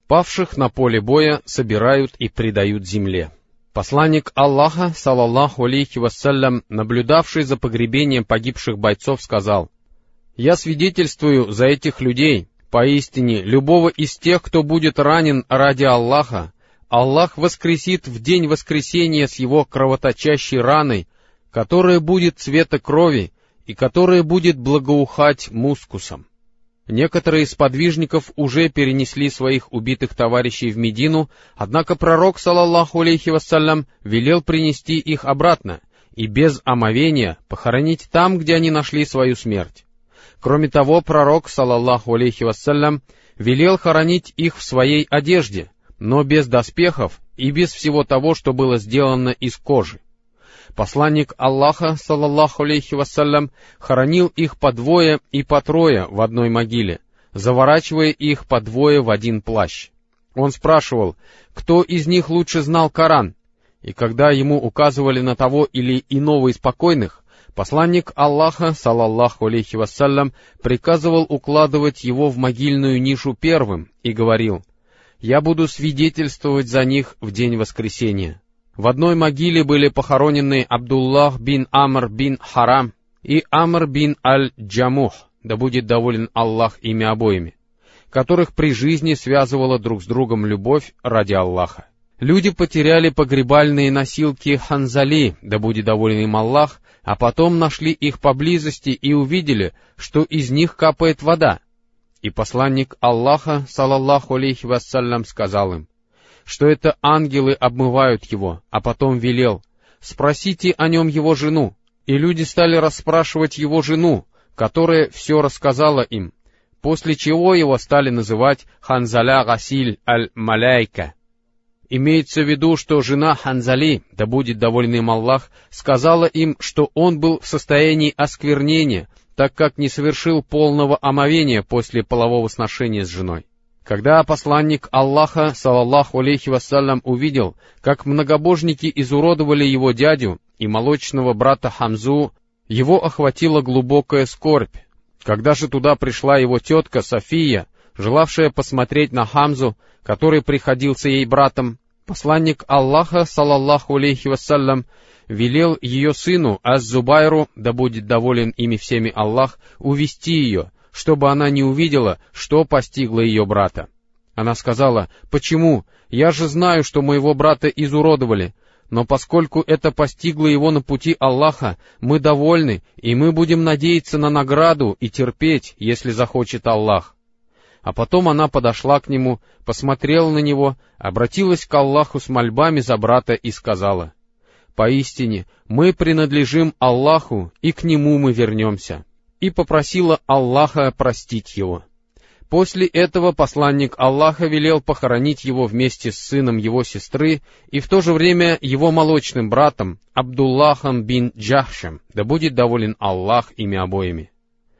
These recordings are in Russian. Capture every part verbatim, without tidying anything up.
Павших на поле боя собирают и предают земле. Посланник Аллаха, салаллаху алейхи вассалям, наблюдавший за погребением погибших бойцов, сказал: «Я свидетельствую за этих людей, поистине, любого из тех, кто будет ранен ради Аллаха, Аллах воскресит в день воскресения с его кровоточащей раной, которая будет цвета крови и которая будет благоухать мускусом». Некоторые из подвижников уже перенесли своих убитых товарищей в Медину, однако пророк, салаллаху алейхи вассалям, велел принести их обратно и без омовения похоронить там, где они нашли свою смерть. Кроме того, пророк, салаллаху алейхи вассалям, велел хоронить их в своей одежде, но без доспехов и без всего того, что было сделано из кожи. Посланник Аллаха, салаллаху алейхи вассалям, хоронил их по двое и по трое в одной могиле, заворачивая их по двое в один плащ. Он спрашивал, кто из них лучше знал Коран, и когда ему указывали на того или иного из покойных, посланник Аллаха, салаллаху алейхи вассалям, приказывал укладывать его в могильную нишу первым и говорил: «Я буду свидетельствовать за них в день воскресения». В одной могиле были похоронены Абдуллах бин Амр бин Харам и Амр бин Аль-Джамух, да будет доволен Аллах ими обоими, которых при жизни связывала друг с другом любовь ради Аллаха. Люди потеряли погребальные носилки Ханзали, да будет доволен им Аллах, а потом нашли их поблизости и увидели, что из них капает вода. И посланник Аллаха, салаллаху алейхи вассалям, сказал им, что это ангелы обмывают его, а потом велел: «Спросите о нем его жену». И люди стали расспрашивать его жену, которая все рассказала им, после чего его стали называть Ханзаля Гасиль аль-Маляйка. Имеется в виду, что жена Ханзали, да будет доволен им Аллах, сказала им, что он был в состоянии осквернения, так как не совершил полного омовения после полового сношения с женой. Когда посланник Аллаха, салаллаху алейхи вассалям, увидел, как многобожники изуродовали его дядю и молочного брата Хамзу, его охватила глубокая скорбь. Когда же туда пришла его тетка София, желавшая посмотреть на Хамзу, который приходился ей братом, посланник Аллаха, салаллаху алейхи вассалям, велел ее сыну Аз-Зубайру, да будет доволен ими всеми Аллах, увести ее, чтобы она не увидела, что постигло ее брата. Она сказала: «Почему? Я же знаю, что моего брата изуродовали, но поскольку это постигло его на пути Аллаха, мы довольны, и мы будем надеяться на награду и терпеть, если захочет Аллах». А потом она подошла к нему, посмотрела на него, обратилась к Аллаху с мольбами за брата и сказала: «Поистине, мы принадлежим Аллаху, и к Нему мы вернемся», и попросила Аллаха простить его. После этого посланник Аллаха велел похоронить его вместе с сыном его сестры и в то же время его молочным братом Абдуллахом бин Джахшем, да будет доволен Аллах ими обоими.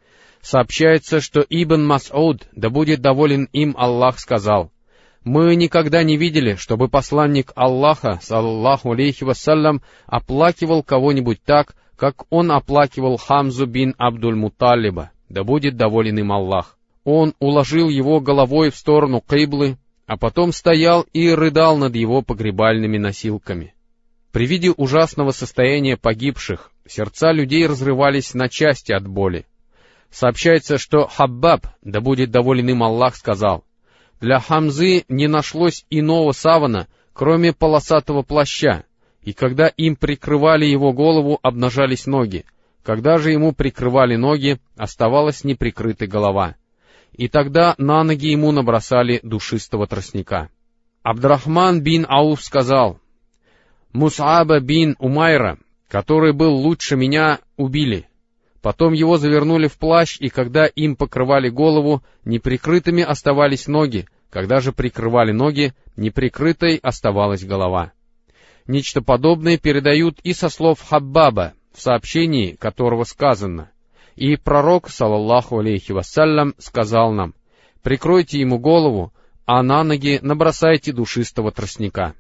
Сообщается, что Ибн Мас'уд, да будет доволен им Аллах, сказал: «Мы никогда не видели, чтобы посланник Аллаха, саллаллаху алейхи вассалям, оплакивал кого-нибудь так, как он оплакивал Хамзу бин Абдуль-Муталиба, да будет доволен им Аллах. Он уложил его головой в сторону киблы, а потом стоял и рыдал над его погребальными носилками». При виде ужасного состояния погибших сердца людей разрывались на части от боли. Сообщается, что Хаббаб, да будет доволен им Аллах, сказал: «Для Хамзы не нашлось иного савана, кроме полосатого плаща, и когда им прикрывали его голову, обнажались ноги. Когда же ему прикрывали ноги, оставалась неприкрытой голова. И тогда на ноги ему набросали душистого тростника». Абдрахман бин Ауф сказал: «Мус'аба бин Умайра, который был лучше меня, убили. Потом его завернули в плащ, и когда им покрывали голову, неприкрытыми оставались ноги, когда же прикрывали ноги, неприкрытой оставалась голова». Нечто подобное передают и со слов Хаббаба, в сообщении которого сказано: «И пророк, салаллаху алейхи вассалям, сказал нам: прикройте ему голову, а на ноги набросайте душистого тростника».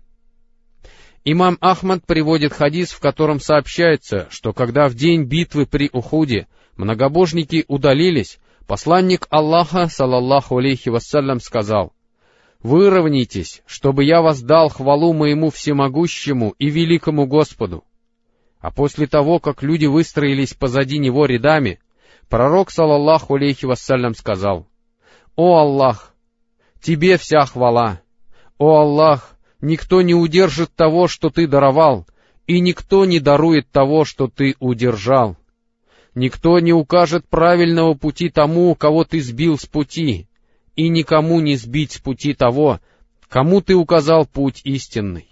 Имам Ахмад приводит хадис, в котором сообщается, что когда в день битвы при Ухуде многобожники удалились, посланник Аллаха, салаллаху алейхи вассалям, сказал: выровняйтесь, чтобы я воздал хвалу моему всемогущему и великому Господу». А после того, как люди выстроились позади него рядами, пророк, салаллаху алейхи вассалям, сказал: «О Аллах, Тебе вся хвала! О Аллах, никто не удержит того, что Ты даровал, и никто не дарует того, что Ты удержал. Никто не укажет правильного пути тому, кого Ты сбил с пути, и никому не сбить с пути того, кому Ты указал путь истинный.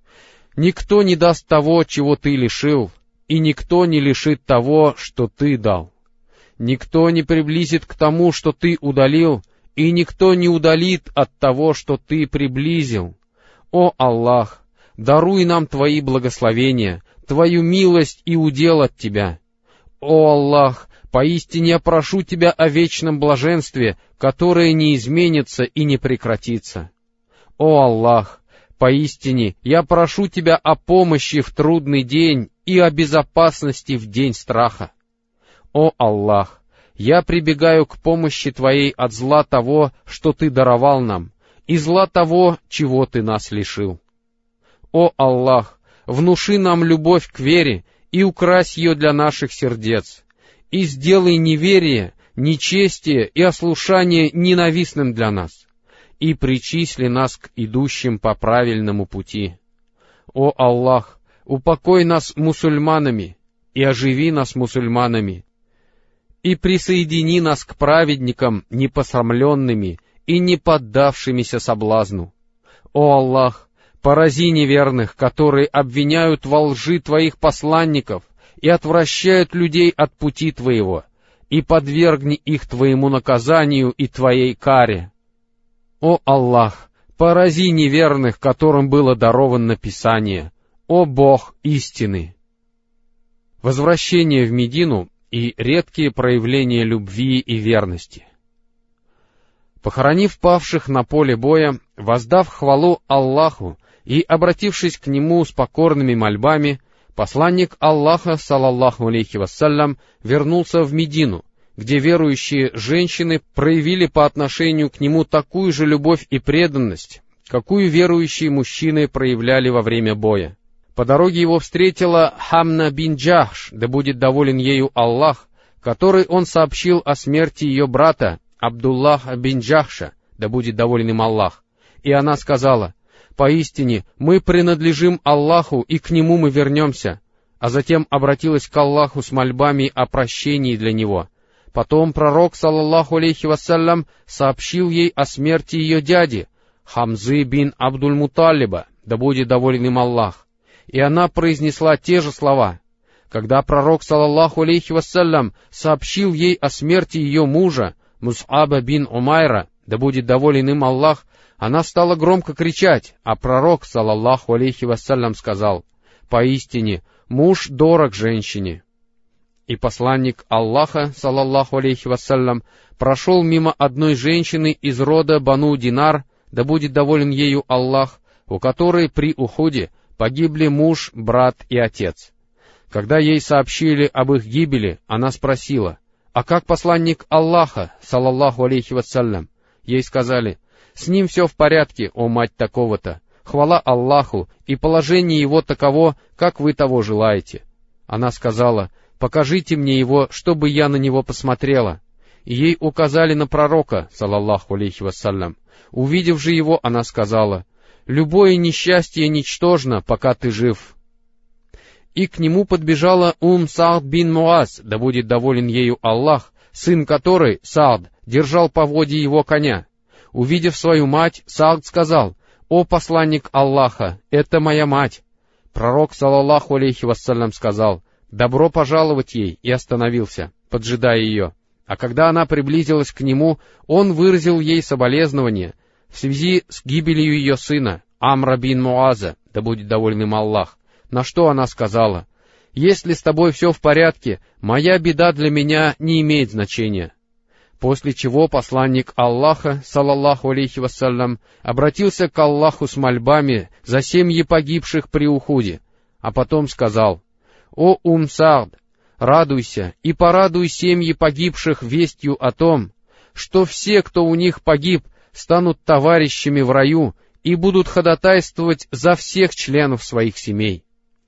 Никто не даст того, чего Ты лишил, и никто не лишит того, что Ты дал. Никто не приблизит к тому, что Ты удалил, и никто не удалит от того, что Ты приблизил. О Аллах, даруй нам Твои благословения, Твою милость и удел от Тебя. О Аллах, поистине я прошу Тебя о вечном блаженстве, которое не изменится и не прекратится. О Аллах, поистине я прошу Тебя о помощи в трудный день и о безопасности в день страха. О Аллах, я прибегаю к помощи Твоей от зла того, что Ты даровал нам, и зла того, чего Ты нас лишил. О Аллах, внуши нам любовь к вере и укрась ее для наших сердец, и сделай неверие, нечестие и ослушание ненавистным для нас, и причисли нас к идущим по правильному пути. О Аллах, упокой нас мусульманами и оживи нас мусульманами, и присоедини нас к праведникам непосрамленными и не поддавшимися соблазну. О Аллах, порази неверных, которые обвиняют во лжи Твоих посланников и отвращают людей от пути Твоего, и подвергни их Твоему наказанию и Твоей каре. О Аллах, порази неверных, которым было даровано Писание. О Бог истины! Возвращение в Медину и редкие проявления любви и верности. Похоронив павших на поле боя, воздав хвалу Аллаху и обратившись к Нему с покорными мольбами, посланник Аллаха, салаллаху алейхи вассалям, вернулся в Медину, где верующие женщины проявили по отношению к Нему такую же любовь и преданность, какую верующие мужчины проявляли во время боя. По дороге его встретила Хамна бин Джахш, да будет доволен ею Аллах, который он сообщил о смерти ее брата Абдуллаха бин Джахша, да будет доволен им Аллах. И она сказала: «Поистине мы принадлежим Аллаху, и к Нему мы вернемся», а затем обратилась к Аллаху с мольбами о прощении для него. Потом пророк, салаллаху алейхи вассалям, сообщил ей о смерти ее дяди, Хамзы бин Абдуль-Муталиба, да будет доволен им Аллах. И она произнесла те же слова. Когда пророк, салаллаху алейхи вассалям, сообщил ей о смерти ее мужа, Мус'аба бин Умайра, да будет доволен им Аллах, она стала громко кричать, а пророк, салаллаху алейхи вассалям, сказал: «Поистине, муж дорог женщине». И посланник Аллаха, салаллаху алейхи вассалям, прошел мимо одной женщины из рода Бану Динар, да будет доволен ею Аллах, у которой при Ухуде погибли муж, брат и отец. Когда ей сообщили об их гибели, она спросила: «А как посланник Аллаха, салаллаху алейхи вассалям?» Ей сказали: «С ним все в порядке, о мать такого-то. Хвала Аллаху, и положение его таково, как вы того желаете». Она сказала: «Покажите мне его, чтобы я на него посмотрела». И ей указали на пророка, салаллаху алейхи вассалям. Увидев же его, она сказала: «Любое несчастье ничтожно, пока ты жив». И к нему подбежала Ум Саад бин Муаз, да будет доволен ею Аллах, сын которой, Саад, держал поводья его коня. Увидев свою мать, Саад сказал: «О посланник Аллаха, это моя мать». Пророк, салаллаху алейхи вассалям, сказал: «Добро пожаловать ей», и остановился, поджидая ее. А когда она приблизилась к нему, он выразил ей соболезнование в связи с гибелью ее сына, Амра бин Муаза, да будет доволен им Аллах, на что она сказала: «Если с тобой все в порядке, моя беда для меня не имеет значения». После чего посланник Аллаха, салаллаху алейхи вассалям, обратился к Аллаху с мольбами за семьи погибших при Ухуде, а потом сказал: «О Ум Саад, радуйся и порадуй семьи погибших вестью о том, что все, кто у них погиб, станут товарищами в раю и будут ходатайствовать за всех членов своих семей.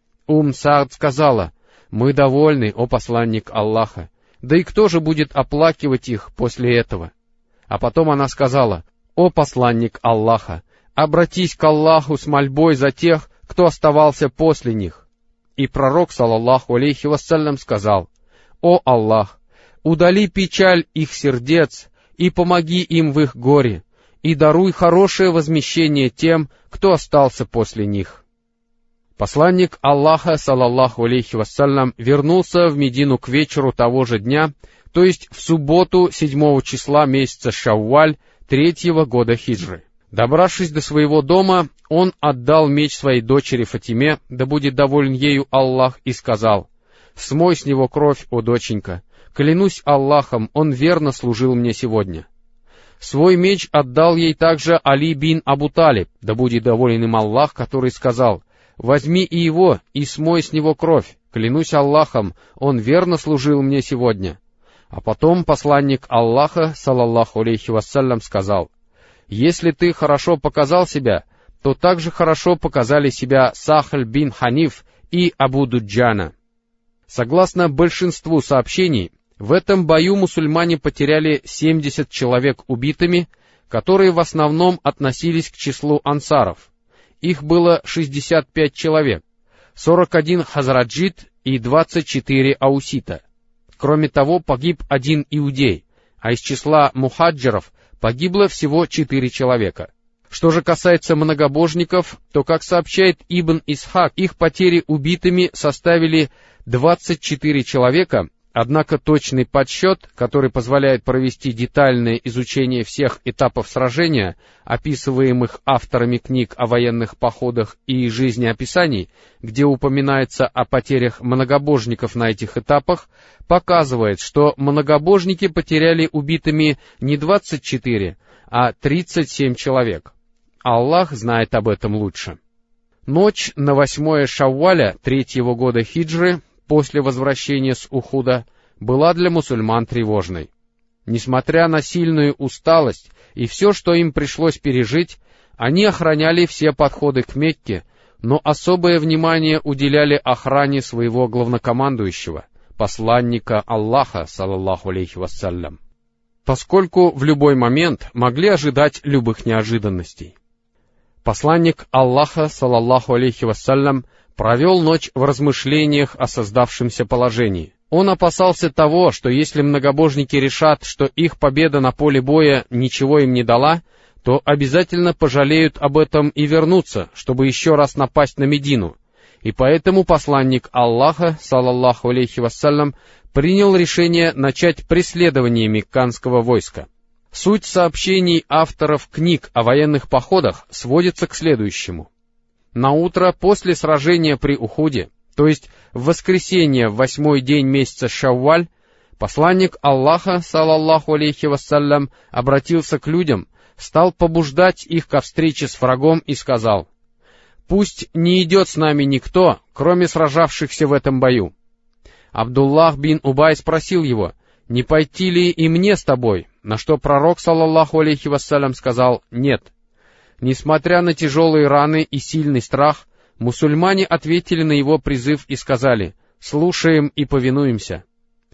Ум Саад сказала: «Мы довольны, о посланник Аллаха, да и кто же будет оплакивать их после этого?» А потом она сказала: «О посланник Аллаха, обратись к Аллаху с мольбой за тех, кто оставался после них». И пророк, саллаллаху алейхи вассалям, сказал: «О Аллах, удали печаль их сердец и помоги им в их горе, и даруй хорошее возмещение тем, кто остался после них». Посланник Аллаха, саллаллаху алейхи вассалям, вернулся в Медину к вечеру того же дня, то есть в субботу седьмого числа месяца Шавваль третьего года хиджры. Добравшись до своего дома, он отдал меч своей дочери Фатиме, да будет доволен ею Аллах, и сказал: «Смой с него кровь, о доченька, клянусь Аллахом, он верно служил мне сегодня». Свой меч отдал ей также Али бин Абу Талиб, да будет доволен им Аллах, который сказал: «Возьми и его, и смой с него кровь, клянусь Аллахом, он верно служил мне сегодня». А потом посланник Аллаха, саллаллаху алейхи вассалям, сказал: «Если ты хорошо показал себя, то также хорошо показали себя Сахль бин Ханиф и Абу Дуджана». Согласно большинству сообщений, в этом бою мусульмане потеряли семьдесят человек убитыми, которые в основном относились к числу ансаров. Их было шестьдесят пять человек, сорок один хазраджит и двадцать четыре аусита. Кроме того, погиб один иудей, а из числа мухаджиров погибло всего четыре человека. Что же касается многобожников, то, как сообщает Ибн Исхак, их потери убитыми составили двадцать четыре человека, однако точный подсчет, который позволяет провести детальное изучение всех этапов сражения, описываемых авторами книг о военных походах и жизнеописаний, где упоминается о потерях многобожников на этих этапах, показывает, что многобожники потеряли убитыми не двадцать четыре, а тридцать семь человек. Аллах знает об этом лучше. Ночь на восьмое Шавваля третьего года хиджры, после возвращения с Ухуда, была для мусульман тревожной. Несмотря на сильную усталость и все, что им пришлось пережить, они охраняли все подходы к Мекке, но особое внимание уделяли охране своего главнокомандующего, посланника Аллаха, саллаллаху алейхи вассалям, поскольку в любой момент могли ожидать любых неожиданностей. Посланник Аллаха, саллаллаху алейхи вассалям, провел ночь в размышлениях о создавшемся положении. Он опасался того, что если многобожники решат, что их победа на поле боя ничего им не дала, то обязательно пожалеют об этом и вернутся, чтобы еще раз напасть на Медину. И поэтому посланник Аллаха, саллаллаху алейхи вассалям, принял решение начать преследование мекканского войска. Суть сообщений авторов книг о военных походах сводится к следующему. На утро после сражения при Ухуде, то есть в воскресенье в восьмой день месяца Шавваль, посланник Аллаха, саллаллаху алейхи вассалям, обратился к людям, стал побуждать их ко встрече с врагом и сказал: «Пусть не идет с нами никто, кроме сражавшихся в этом бою». Абдуллах бин Убай спросил его: «Не пойти ли и мне с тобой?» На что пророк, саллаллаху алейхи вассалям, сказал: «Нет». Несмотря на тяжелые раны и сильный страх, мусульмане ответили на его призыв и сказали: «Слушаем и повинуемся».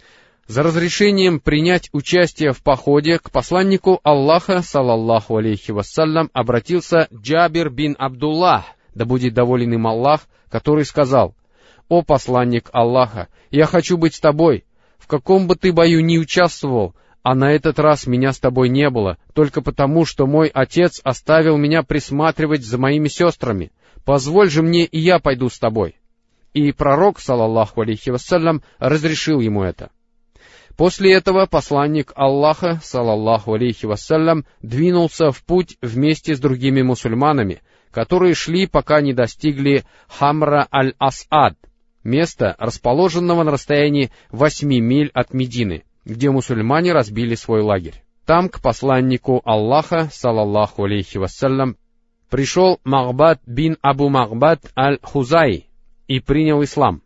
За разрешением принять участие в походе к посланнику Аллаха, саллаллаху алейхи вассалям, обратился Джабир бин Абдуллах, да будет доволен им Аллах, который сказал: «О посланник Аллаха, я хочу быть с тобой. В каком бы ты бою ни участвовал, а на этот раз меня с тобой не было, только потому, что мой отец оставил меня присматривать за моими сестрами. Позволь же мне, и я пойду с тобой». И пророк, саллаллаху алейхи вассалям, разрешил ему это. После этого посланник Аллаха, саллаллаху алейхи вассалям, двинулся в путь вместе с другими мусульманами, которые шли, пока не достигли Хамра аль-Асад, места, расположенного на расстоянии восьми миль от Медины, где мусульмане разбили свой лагерь. Там к посланнику Аллаха, саллаллаху алейхи вассалям, пришел Магбад бин Абу Магбад аль-Хузай и принял ислам.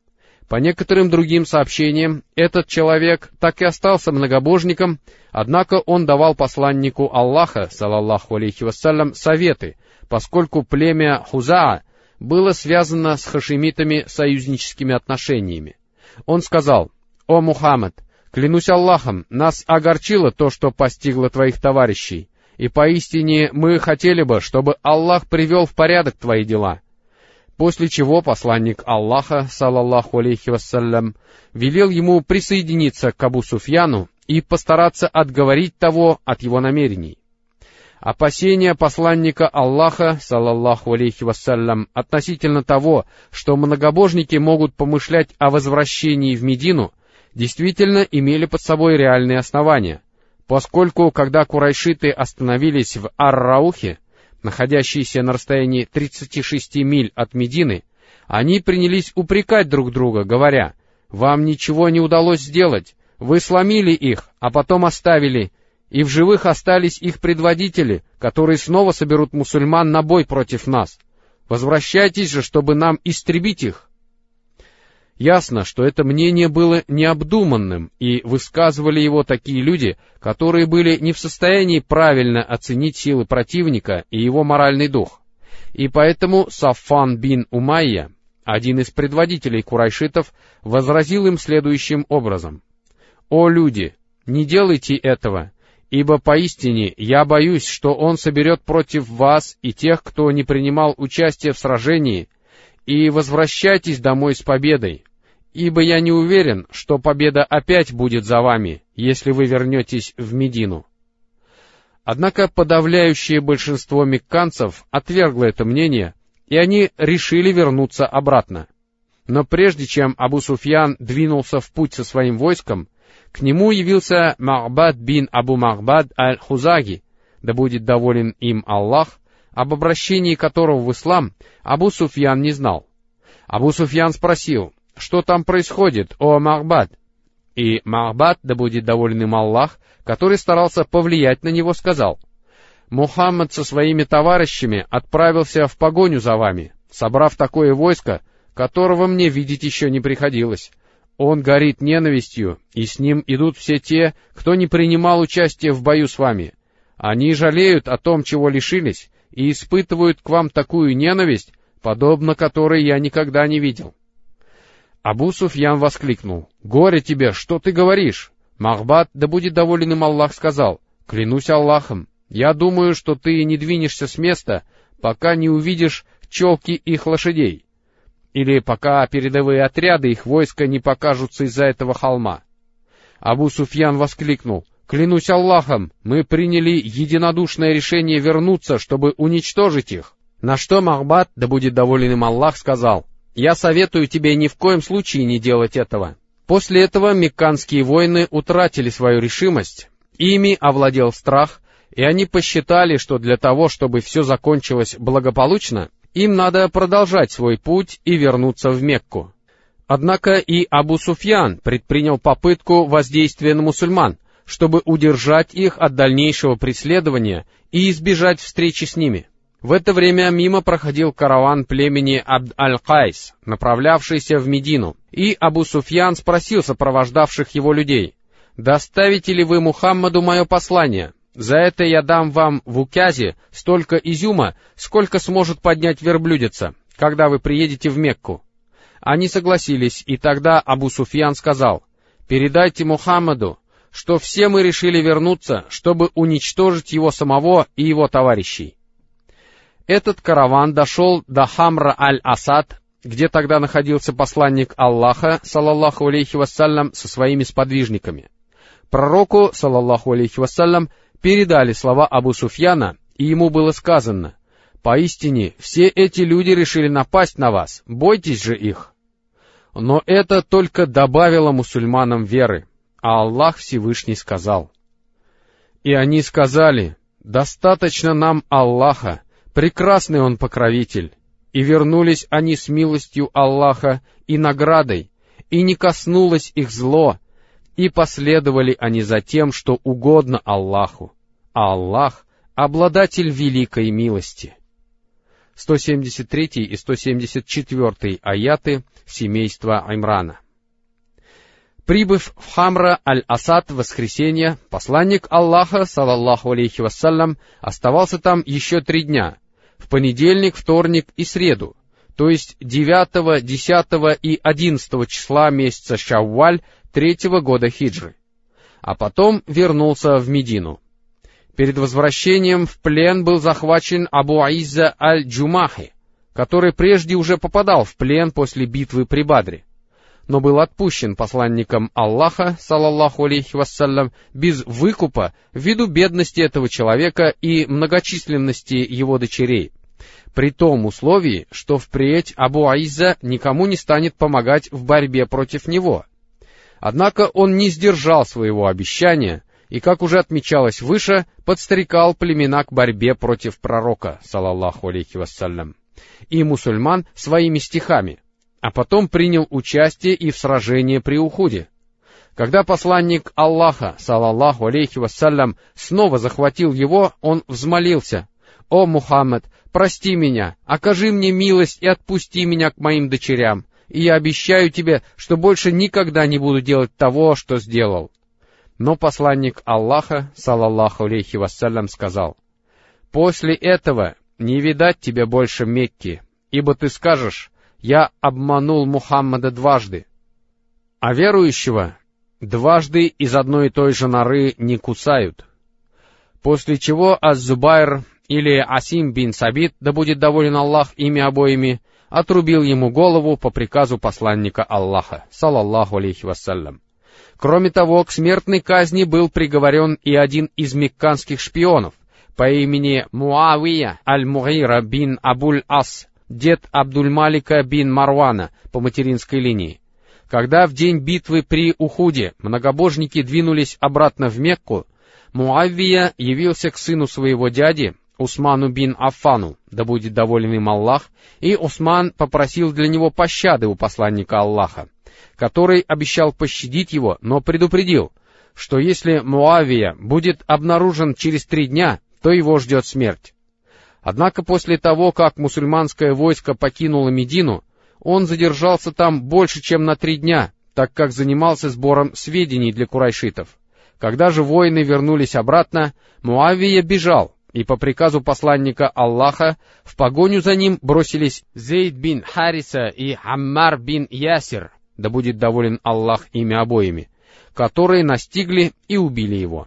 По некоторым другим сообщениям, этот человек так и остался многобожником, однако он давал посланнику Аллаха, салаллаху алейхи вассалям, советы, поскольку племя Хузаа было связано с хашимитами союзническими отношениями. Он сказал: «О Мухаммад, клянусь Аллахом, нас огорчило то, что постигло твоих товарищей, и поистине мы хотели бы, чтобы Аллах привел в порядок твои дела». После чего посланник Аллаха, салаллаху алейхи вассалям, велел ему присоединиться к Абу Суфьяну и постараться отговорить того от его намерений. Опасения посланника Аллаха, салаллаху алейхи вассалям, относительно того, что многобожники могут помышлять о возвращении в Медину, действительно имели под собой реальные основания, поскольку, когда курайшиты остановились в Ар-Раухе, находящиеся на расстоянии тридцати шести миль от Медины, они принялись упрекать друг друга, говоря: «Вам ничего не удалось сделать, вы сломили их, а потом оставили, и в живых остались их предводители, которые снова соберут мусульман на бой против нас. Возвращайтесь же, чтобы нам истребить их». Ясно, что это мнение было необдуманным, и высказывали его такие люди, которые были не в состоянии правильно оценить силы противника и его моральный дух. И поэтому Саффан бин Умайя, один из предводителей курайшитов, возразил им следующим образом: «О люди, не делайте этого, ибо поистине я боюсь, что он соберет против вас и тех, кто не принимал участие в сражении, и возвращайтесь домой с победой, ибо я не уверен, что победа опять будет за вами, если вы вернетесь в Медину». Однако подавляющее большинство мекканцев отвергло это мнение, и они решили вернуться обратно. Но прежде чем Абу Суфьян двинулся в путь со своим войском, к нему явился Ма'бад бин Абу Ма'бад аль-Хузаги, да будет доволен им Аллах, об обращении которого в ислам Абу Суфьян не знал. Абу Суфьян спросил: «Что там происходит, о Ма'бад?» И Ма'бад, да будет доволен им Аллах, который старался повлиять на него, сказал: «Мухаммад со своими товарищами отправился в погоню за вами, собрав такое войско, которого мне видеть еще не приходилось. Он горит ненавистью, и с ним идут все те, кто не принимал участие в бою с вами. Они жалеют о том, чего лишились, и испытывают к вам такую ненависть, подобно которой я никогда не видел». Абу Суфьян воскликнул: «Горе тебе, что ты говоришь?» Ма'бад, да будет доволен им Аллах, сказал: «Клянусь Аллахом, я думаю, что ты не двинешься с места, пока не увидишь челки их лошадей, или пока передовые отряды их войска не покажутся из-за этого холма». Абу Суфьян воскликнул: «Клянусь Аллахом, мы приняли единодушное решение вернуться, чтобы уничтожить их». На что Ма'бад, да будет доволен им Аллах, сказал: «Я советую тебе ни в коем случае не делать этого». После этого мекканские воины утратили свою решимость, ими овладел страх, и они посчитали, что для того, чтобы все закончилось благополучно, им надо продолжать свой путь и вернуться в Мекку. Однако и Абу Суфьян предпринял попытку воздействия на мусульман, чтобы удержать их от дальнейшего преследования и избежать встречи с ними. В это время мимо проходил караван племени Абд-аль-Кайс, направлявшийся в Медину, и Абу Суфьян спросил сопровождавших его людей: «Доставите ли вы Мухаммаду мое послание? За это я дам вам в Указе столько изюма, сколько сможет поднять верблюдица, когда вы приедете в Мекку». Они согласились, и тогда Абу Суфьян сказал: «Передайте Мухаммаду, что все мы решили вернуться, чтобы уничтожить его самого и его товарищей». Этот караван дошел до Хамра аль-Асад, где тогда находился посланник Аллаха, салаллаху алейхи вассалям, со своими сподвижниками. Пророку, салаллаху алейхи вассалям, передали слова Абу Суфьяна, и ему было сказано: «Поистине, все эти люди решили напасть на вас, бойтесь же их». Но это только добавило мусульманам веры, а Аллах Всевышний сказал: «И они сказали: достаточно нам Аллаха, прекрасный Он покровитель, и вернулись они с милостью Аллаха и наградой, и не коснулось их зло, и последовали они за тем, что угодно Аллаху, а Аллах — обладатель великой милости». сто семьдесят третий и сто семьдесят четвёртый аяты семейства Имрана. Прибыв в Хамра аль-Асад в воскресенье, посланник Аллаха, салаллаху алейхи вассалям, оставался там еще три дня, в понедельник, вторник и среду, то есть девятого, десятого и одиннадцатого числа месяца Шавваль третьего года хиджры, а потом вернулся в Медину. Перед возвращением в плен был захвачен Абу Изза аль-Джумахи, который прежде уже попадал в плен после битвы при Бадре, но был отпущен посланником Аллаха, салаллаху алейхи вассалям, без выкупа ввиду бедности этого человека и многочисленности его дочерей, при том условии, что впредь Абу Изза никому не станет помогать в борьбе против него. Однако он не сдержал своего обещания и, как уже отмечалось выше, подстрекал племена к борьбе против пророка, салаллаху алейхи вассалям, и мусульман своими стихами, а потом принял участие и в сражении при Ухуде. Когда посланник Аллаха, салаллаху алейхи вассалям, снова захватил его, он взмолился: «О Мухаммад, прости меня, окажи мне милость и отпусти меня к моим дочерям, и я обещаю тебе, что больше никогда не буду делать того, что сделал». Но посланник Аллаха, салаллаху алейхи вассалям, сказал: «После этого не видать тебе больше Мекки, ибо ты скажешь: я обманул Мухаммада дважды, а верующего дважды из одной и той же норы не кусают». После чего Аз-Зубайр или Асим бин Сабит, да будет доволен Аллах ими обоими, отрубил ему голову по приказу посланника Аллаха, салаллаху алейхи вассалям. Кроме того, к смертной казни был приговорен и один из мекканских шпионов по имени Муавия аль-Мугира бин Абуль-Ас, дед Абдуль-Малика бин Марвана по материнской линии. Когда в день битвы при Ухуде многобожники двинулись обратно в Мекку, Муавия явился к сыну своего дяди, Усману бин Аффану, да будет доволен им Аллах, и Усман попросил для него пощады у посланника Аллаха, который обещал пощадить его, но предупредил, что если Муавия будет обнаружен через три дня, то его ждет смерть. Однако после того, как мусульманское войско покинуло Медину, он задержался там больше, чем на три дня, так как занимался сбором сведений для курайшитов. Когда же воины вернулись обратно, Муавия бежал, и по приказу посланника Аллаха в погоню за ним бросились Зейд бин Хариса и Аммар бин Ясир, да будет доволен Аллах ими обоими, которые настигли и убили его.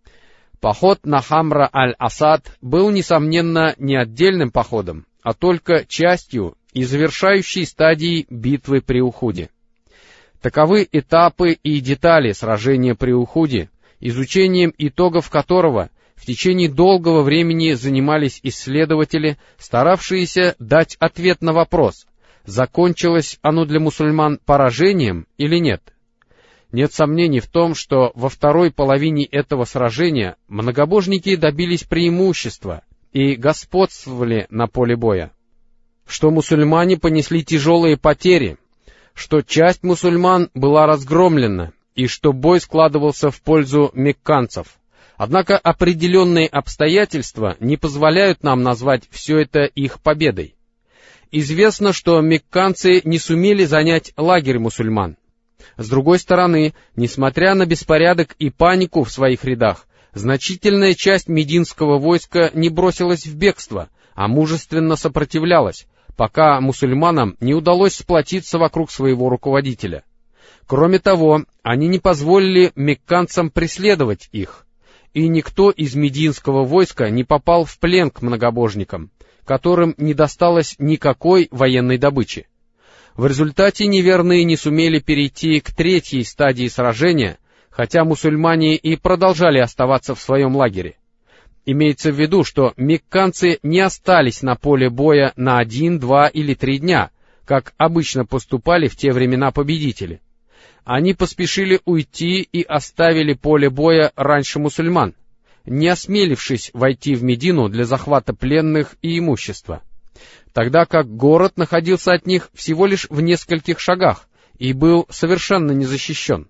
Поход на Хамра аль-Асад был, несомненно, не отдельным походом, а только частью и завершающей стадией битвы при Ухуде. Таковы этапы и детали сражения при Ухуде, изучением итогов которого в течение долгого времени занимались исследователи, старавшиеся дать ответ на вопрос, закончилось оно для мусульман поражением или нет. Нет сомнений в том, что во второй половине этого сражения многобожники добились преимущества и господствовали на поле боя, что мусульмане понесли тяжелые потери, что часть мусульман была разгромлена и что бой складывался в пользу мекканцев. Однако определенные обстоятельства не позволяют нам назвать все это их победой. Известно, что мекканцы не сумели занять лагерь мусульман. С другой стороны, несмотря на беспорядок и панику в своих рядах, значительная часть мединского войска не бросилась в бегство, а мужественно сопротивлялась, пока мусульманам не удалось сплотиться вокруг своего руководителя. Кроме того, они не позволили мекканцам преследовать их, и никто из мединского войска не попал в плен к многобожникам, которым не досталось никакой военной добычи. В результате неверные не сумели перейти к третьей стадии сражения, хотя мусульмане и продолжали оставаться в своем лагере. Имеется в виду, что мекканцы не остались на поле боя на один, два или три дня, как обычно поступали в те времена победители. Они поспешили уйти и оставили поле боя раньше мусульман, не осмелившись войти в Медину для захвата пленных и имущества, тогда как город находился от них всего лишь в нескольких шагах и был совершенно не защищен.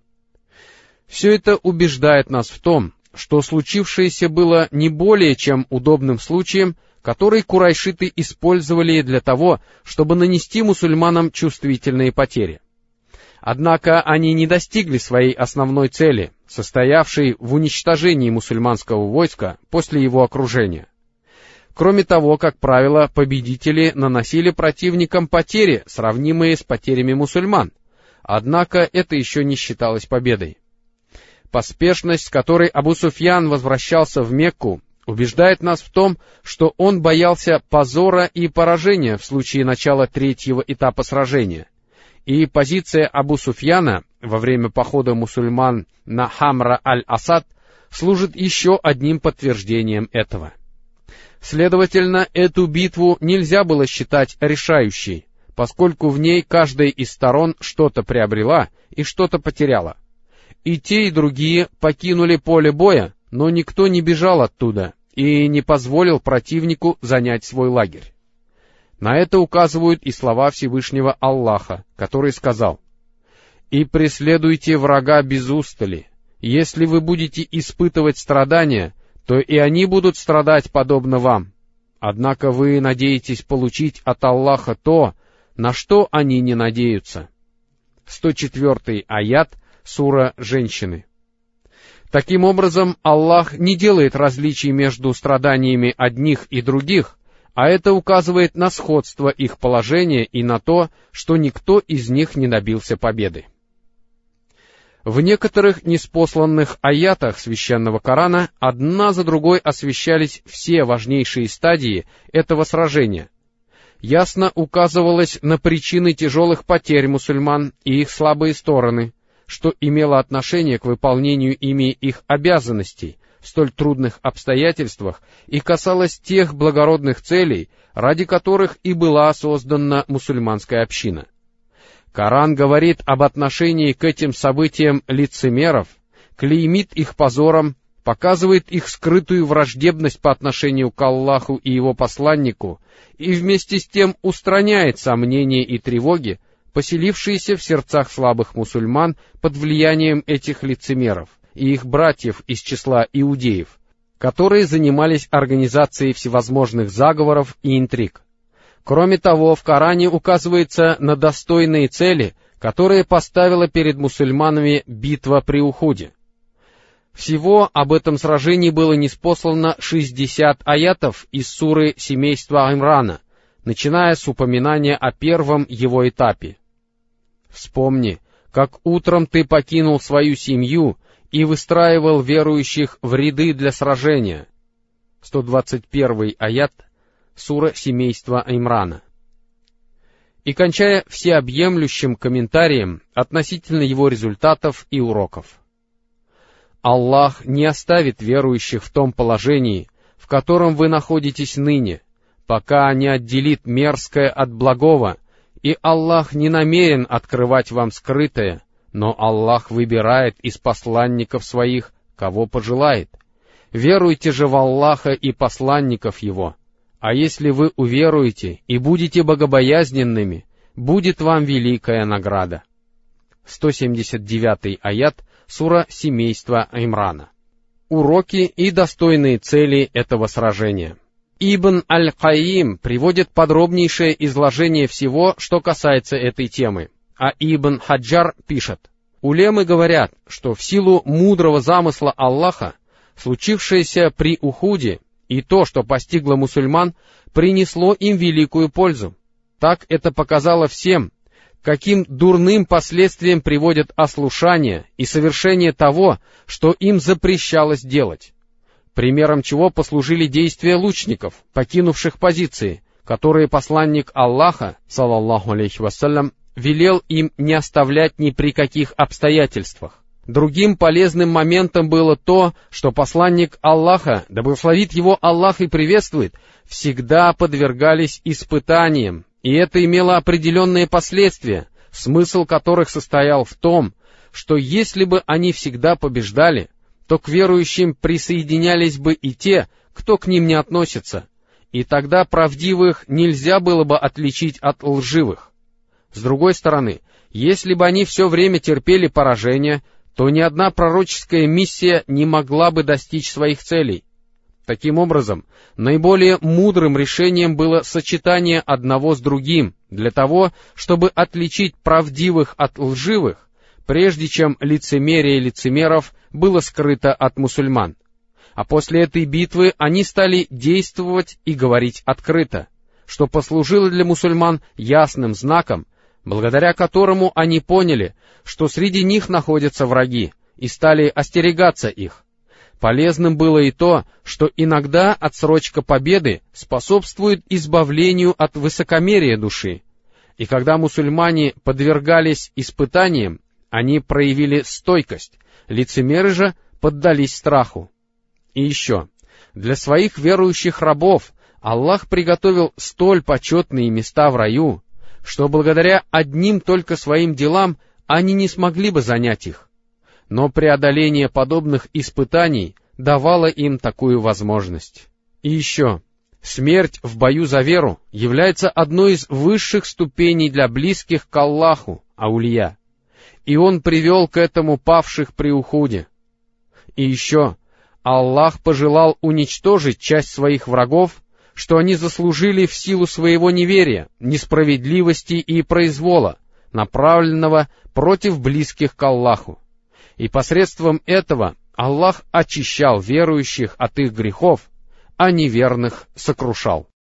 Все это убеждает нас в том, что случившееся было не более чем удобным случаем, который курайшиты использовали для того, чтобы нанести мусульманам чувствительные потери. Однако они не достигли своей основной цели, состоявшей в уничтожении мусульманского войска после его окружения. Кроме того, как правило, победители наносили противникам потери, сравнимые с потерями мусульман, однако это еще не считалось победой. Поспешность, с которой Абу Суфьян возвращался в Мекку, убеждает нас в том, что он боялся позора и поражения в случае начала третьего этапа сражения. И позиция Абу Суфьяна во время похода мусульман на Хамра аль-Асад служит еще одним подтверждением этого. Следовательно, эту битву нельзя было считать решающей, поскольку в ней каждая из сторон что-то приобрела и что-то потеряла. И те, и другие покинули поле боя, но никто не бежал оттуда и не позволил противнику занять свой лагерь. На это указывают и слова Всевышнего Аллаха, который сказал: «И преследуйте врага без устали. Если вы будете испытывать страдания, то и они будут страдать подобно вам. Однако вы надеетесь получить от Аллаха то, на что они не надеются». сто четвёртый аят, сура «Женщины». Таким образом, Аллах не делает различий между страданиями одних и других, а это указывает на сходство их положения и на то, что никто из них не добился победы. В некоторых ниспосланных аятах Священного Корана одна за другой освещались все важнейшие стадии этого сражения. Ясно указывалось на причины тяжелых потерь мусульман и их слабые стороны, что имело отношение к выполнению ими их обязанностей в столь трудных обстоятельствах и касалось тех благородных целей, ради которых и была создана мусульманская община. Коран говорит об отношении к этим событиям лицемеров, клеймит их позором, показывает их скрытую враждебность по отношению к Аллаху и его посланнику и вместе с тем устраняет сомнения и тревоги, поселившиеся в сердцах слабых мусульман под влиянием этих лицемеров и их братьев из числа иудеев, которые занимались организацией всевозможных заговоров и интриг. Кроме того, в Коране указывается на достойные цели, которые поставила перед мусульманами битва при Ухуде. Всего об этом сражении было ниспослано шестьдесят аятов из суры семейства Имрана, начиная с упоминания о первом его этапе. «Вспомни, как утром ты покинул свою семью и выстраивал верующих в ряды для сражения». сто двадцать первый аят, сура семейства Имрана. И кончая всеобъемлющим комментарием относительно его результатов и уроков. Аллах не оставит верующих в том положении, в котором вы находитесь ныне, пока не отделит мерзкое от благого, и Аллах не намерен открывать вам скрытое, но Аллах выбирает из посланников своих, кого пожелает. Веруйте же в Аллаха и посланников Его, а если вы уверуете и будете богобоязненными, будет вам великая награда. сто семьдесят девятый аят, сура семейства Имрана. Уроки и достойные цели этого сражения. Ибн Аль-Каим приводит подробнейшее изложение всего, что касается этой темы, а Ибн Хаджар пишет: «Улемы говорят, что в силу мудрого замысла Аллаха, случившееся при Ухуде и то, что постигло мусульман, принесло им великую пользу. Так это показало всем, каким дурным последствиям приводят ослушание и совершение того, что им запрещалось делать. Примером чего послужили действия лучников, покинувших позиции, которые посланник Аллаха, саллаллаху алейхи вассалям, велел им не оставлять ни при каких обстоятельствах. Другим полезным моментом было то, что посланник Аллаха, да благословит его Аллах и приветствует, всегда подвергались испытаниям, и это имело определенные последствия, смысл которых состоял в том, что если бы они всегда побеждали, то к верующим присоединялись бы и те, кто к ним не относится, и тогда правдивых нельзя было бы отличить от лживых. С другой стороны, если бы они все время терпели поражение, то ни одна пророческая миссия не могла бы достичь своих целей. Таким образом, наиболее мудрым решением было сочетание одного с другим, для того, чтобы отличить правдивых от лживых, прежде чем лицемерие лицемеров было скрыто от мусульман. А после этой битвы они стали действовать и говорить открыто, что послужило для мусульман ясным знаком, благодаря которому они поняли, что среди них находятся враги, и стали остерегаться их. Полезным было и то, что иногда отсрочка победы способствует избавлению от высокомерия души. И когда мусульмане подвергались испытаниям, они проявили стойкость, лицемеры же поддались страху. И еще, для своих верующих рабов Аллах приготовил столь почетные места в раю, что благодаря одним только своим делам они не смогли бы занять их. Но преодоление подобных испытаний давало им такую возможность. И еще, смерть в бою за веру является одной из высших ступеней для близких к Аллаху, аулия, и Он привел к этому павших при Ухуде. И еще, Аллах пожелал уничтожить часть своих врагов, что они заслужили в силу своего неверия, несправедливости и произвола, направленного против близких к Аллаху. И посредством этого Аллах очищал верующих от их грехов, а неверных сокрушал.